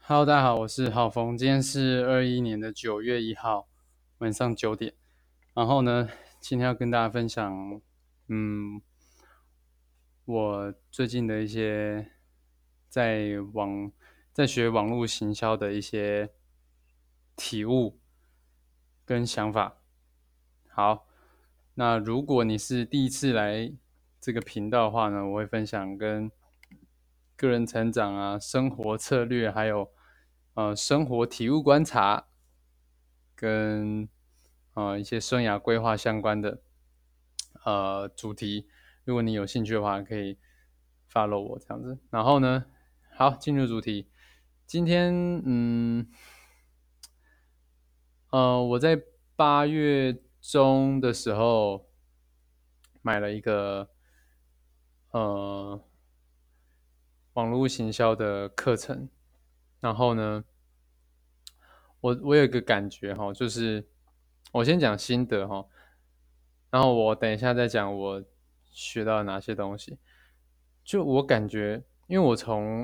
Hello，大家好，我是浩峰，今天是21年的9月1号晚上9点。然后呢，今天要跟大家分享，嗯，我最近的一些在网在学网络行销的一些体悟跟想法。好，那如果你是第一次来这个频道的话呢，我会分享跟个人成长啊、生活策略，还有生活体悟观察，跟一些生涯规划相关的主题。如果你有兴趣的话，可以 follow 我这样子。然后呢，好，进入主题。今天我在8月中的时候买了一个呃网络行销的课程，然后呢，我有一个感觉哈，就是我先讲心得哈，然后我等一下再讲我学到了哪些东西。就我感觉，因为我从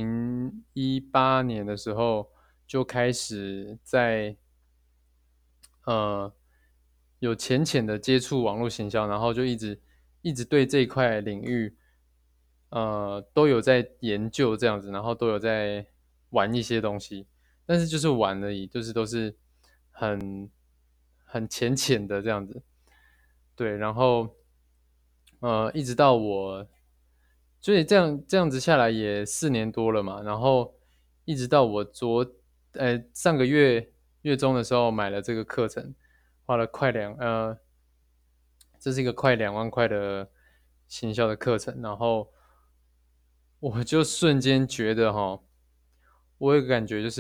2018年的时候就开始在呃有浅浅的接触网络行销，然后就一直对这一块领域都有在研究这样子，然后都有在玩一些东西，但是就是玩而已，就是都是很很浅浅的这样子。对，然后一直到所以这样子下来也4年多了嘛，然后一直到我上个月中的时候买了这个课程，花了这是一个快2万块的行销的课程，然后我就瞬间觉得哈，我有个感觉就是，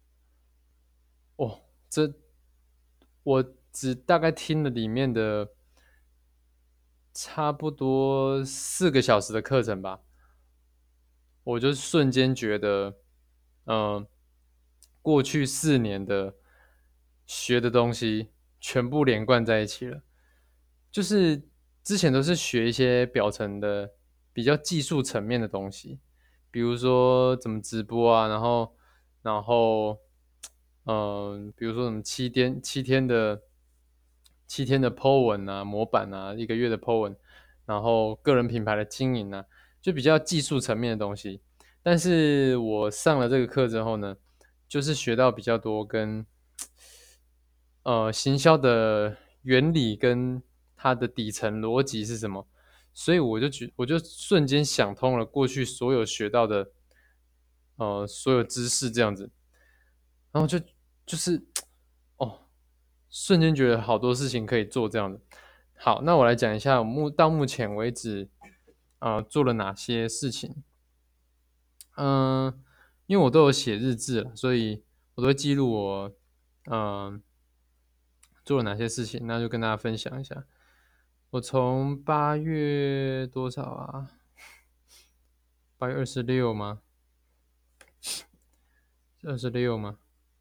哦，我只大概听了里面的差不多4个小时的课程吧，我就瞬间觉得，嗯、过去4年的学的东西全部连贯在一起了。就是之前都是学一些表层的比较技术层面的东西，比如说怎么直播啊，然后比如说什么七天的 Po 文啊、模板啊、1个月的 Po 文，然后个人品牌的经营啊，就比较技术层面的东西。但是我上了这个课之后呢，就是学到比较多跟行销的原理跟它的底层逻辑是什么，所以我就瞬间想通了过去所有学到的所有知识这样子，然后就是哦，瞬间觉得好多事情可以做这样子。好，那我来讲一下到目前为止做了哪些事情。因为我都有写日志了，所以我都会记录我嗯、做了哪些事情，那就跟大家分享一下。我从8月多少啊？8月26吗？26吗？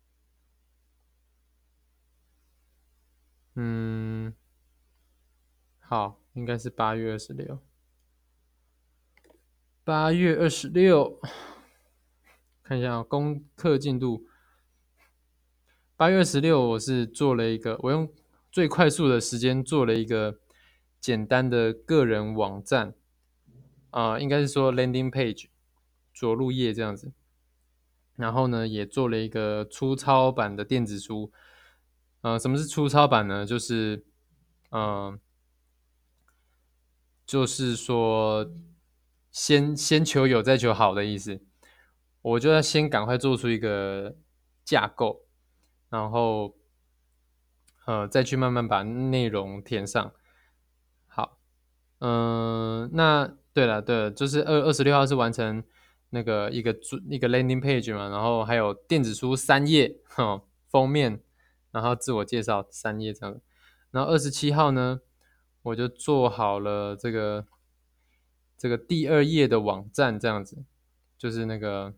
嗯，好，应该是8月26。8月26，看一下功课进度。8月26，我是做了一个，我用最快速的时间做了一个简单的个人网站应该是说 landing page 着陆页这样子。然后呢，也做了一个粗糙版的电子书。什么是粗糙版呢？呃，就是说先求有，再求好的意思。我就要先赶快做出一个架构，然后再去慢慢把内容填上。好，那对了，就是26号是完成那个一个 landing page 嘛，然后还有电子书3页，封面，然后自我介绍3页这样。然后27号呢，我就做好了这个第2页的网站这样子，就是那个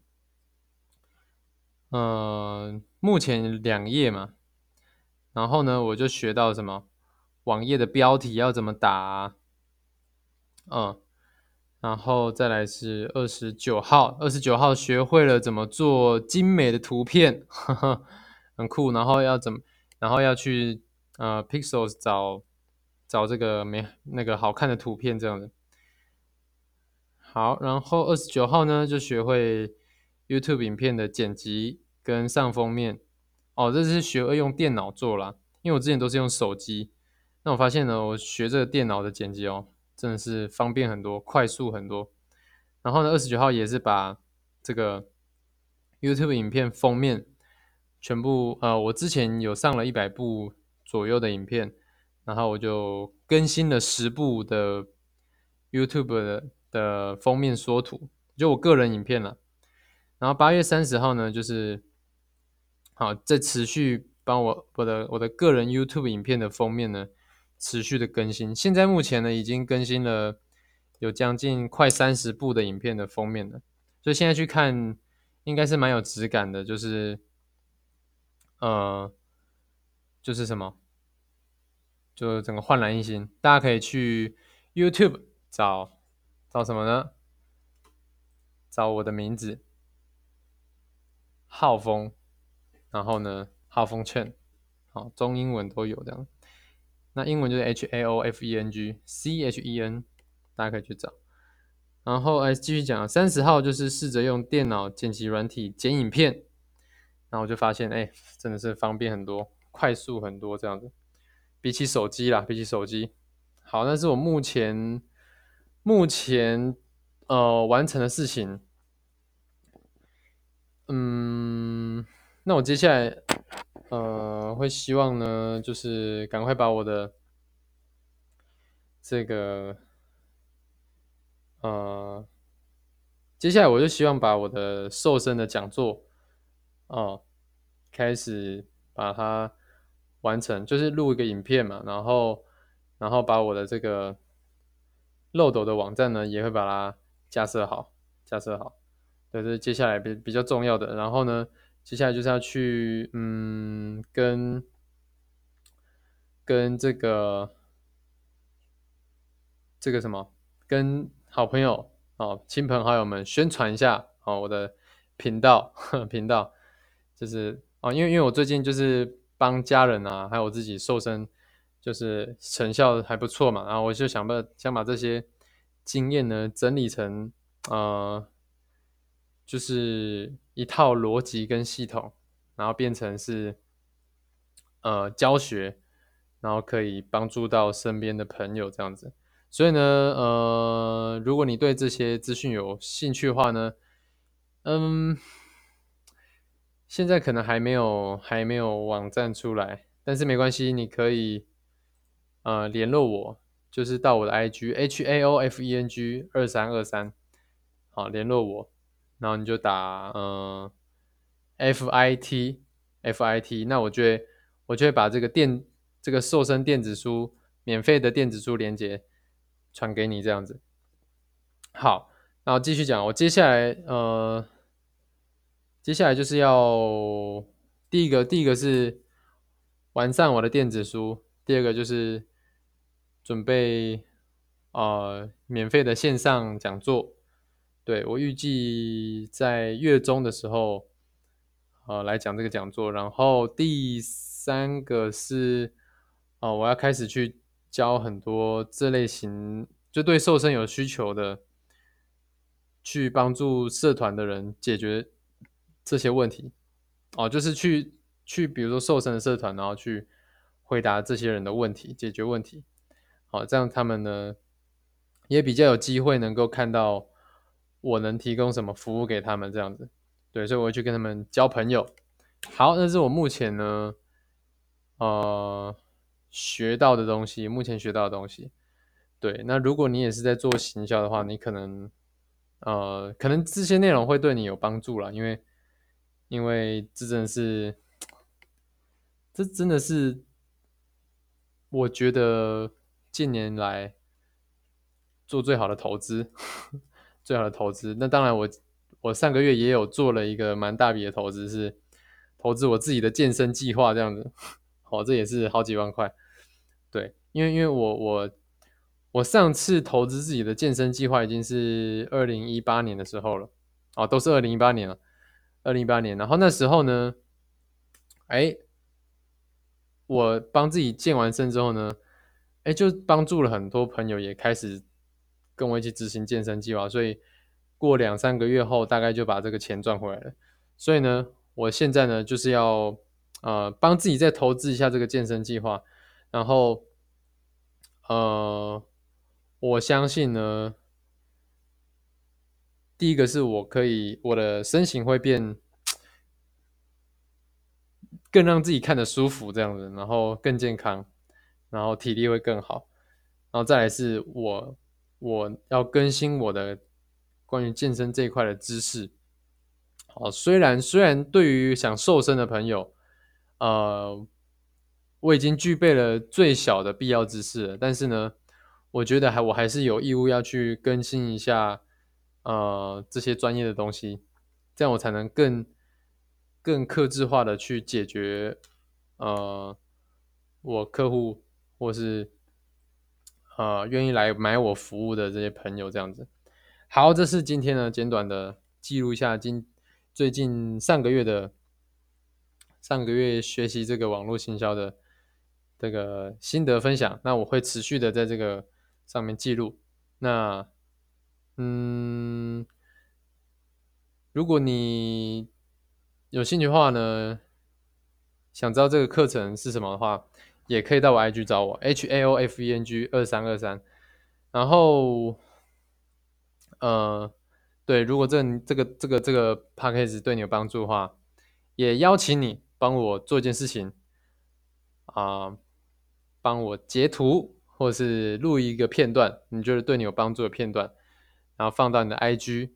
目前2页嘛，然后呢，我就学到什么网页的标题要怎么打啊， 然后再来是29号学会了怎么做精美的图片，呵呵，很酷。然后要去Pixels 找这个那个好看的图片这样子。好，然后29号呢就学会 YouTube 影片的剪辑跟上封面。哦，这是学会用电脑做啦，因为我之前都是用手机。那我发现呢，我学这个电脑的剪辑哦，真的是方便很多，快速很多。然后呢，29号也是把这个 YouTube 影片封面全部，我之前有上了100部左右的影片，然后我就更新了10部的 YouTube 的封面缩图，就我个人影片了。然后8月30号呢，就是好再持续帮我的个人 YouTube 影片的封面呢，持续的更新。现在目前呢，已经更新了有将近快30部的影片的封面了，所以现在去看应该是蛮有质感的，呃就是什么，就整个焕然一新。大家可以去 YouTube 找什么呢？找我的名字浩峰，然后呢浩峰券，好，中英文都有这样。那英文就是 HAOFENG，CHEN，大家可以去找。然后继续讲，30号就是试着用电脑剪辑软体剪影片，然后我就发现真的是方便很多，快速很多这样子，比起手机啦，比起手机。好，那是我目前完成的事情。那我接下来会希望呢，就是赶快把我的这个接下来我就希望把我的瘦身的讲座哦，开始把它完成，就是录一个影片嘛，然后把我的这个漏斗的网站呢，也会把它架设好。对，这是接下来比较重要的。然后呢，接下来就是要去跟这个什么，跟好朋友亲朋好友们宣传一下我的频道就是因为我最近就是帮家人啊，还有我自己瘦身，就是成效还不错嘛，然后我就想把这些经验呢整理成就是一套逻辑跟系统，然后变成是教学，然后可以帮助到身边的朋友这样子。所以呢，如果你对这些资讯有兴趣的话呢，嗯，现在可能还没有网站出来，但是没关系，你可以联络我，就是到我的 IG HAOFENG2323，好联络我，然后你就打FIT，那我就会把这个瘦身电子书免费的电子书连接传给你这样子。好，然后继续讲，我接下来就是要第一个是完善我的电子书，第二个就是准备免费的线上讲座。对，我预计在月中的时候来讲这个讲座，然后第三个是我要开始去教很多这类型就对瘦身有需求的，去帮助社团的人解决这些问题。就是去比如说瘦身的社团，然后去回答这些人的问题，解决问题。好，这样他们呢也比较有机会能够看到我能提供什么服务给他们这样子。对，所以我会去跟他们交朋友。好，那是我目前呢呃学到的东西，目前学到的东西。对，那如果你也是在做行销的话，你可能这些内容会对你有帮助啦，因为这真的是我觉得近年来做最好的投资，最好的投资。那当然我上个月也有做了一个蛮大笔的投资，是投资我自己的健身计划这样子。这也是好几万块。对，因为我上次投资自己的健身计划已经是2018年的时候了，哦，都是2018年了，2018年。然后那时候呢，哎，我帮自己健完身之后呢，哎，就帮助了很多朋友也开始跟我一起执行健身计划，所以过2、3个月后，大概就把这个钱赚回来了。所以呢，我现在呢就是要帮自己再投资一下这个健身计划，然后我相信呢，第一个是我的身形会变更让自己看得舒服这样子，然后更健康，然后体力会更好，然后再来是我要更新我的关于健身这一块的知识。好，虽然对于想瘦身的朋友，呃，我已经具备了最小的必要知识了，但是呢，我觉得我还是有义务要去更新一下，这些专业的东西，这样我才能更客制化的去解决，呃，我客户或是愿意来买我服务的这些朋友这样子。好，这是今天呢简短的记录一下最近上个月学习这个网络行销的这个心得分享。那我会持续的在这个上面记录。那嗯，如果你有兴趣的话呢，想知道这个课程是什么的话，也可以到我 IG 找我 HAOFENG2323。然后对，如果这个 podcast 对你有帮助的话，也邀请你帮我做一件事情帮我截图或者是录一个片段，你觉得对你有帮助的片段，然后放到你的 IG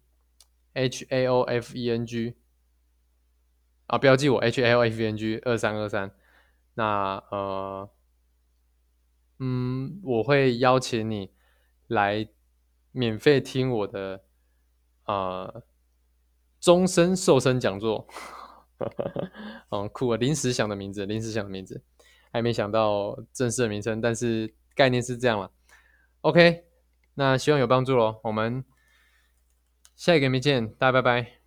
HAOFENG 标记我 HAOFENG2323。那我会邀请你来免费听我的终身瘦身讲座。酷啊！临时想的名字，还没想到正式的名称，但是概念是这样了。OK，那希望有帮助咯，我们下一个影片见，大家拜拜。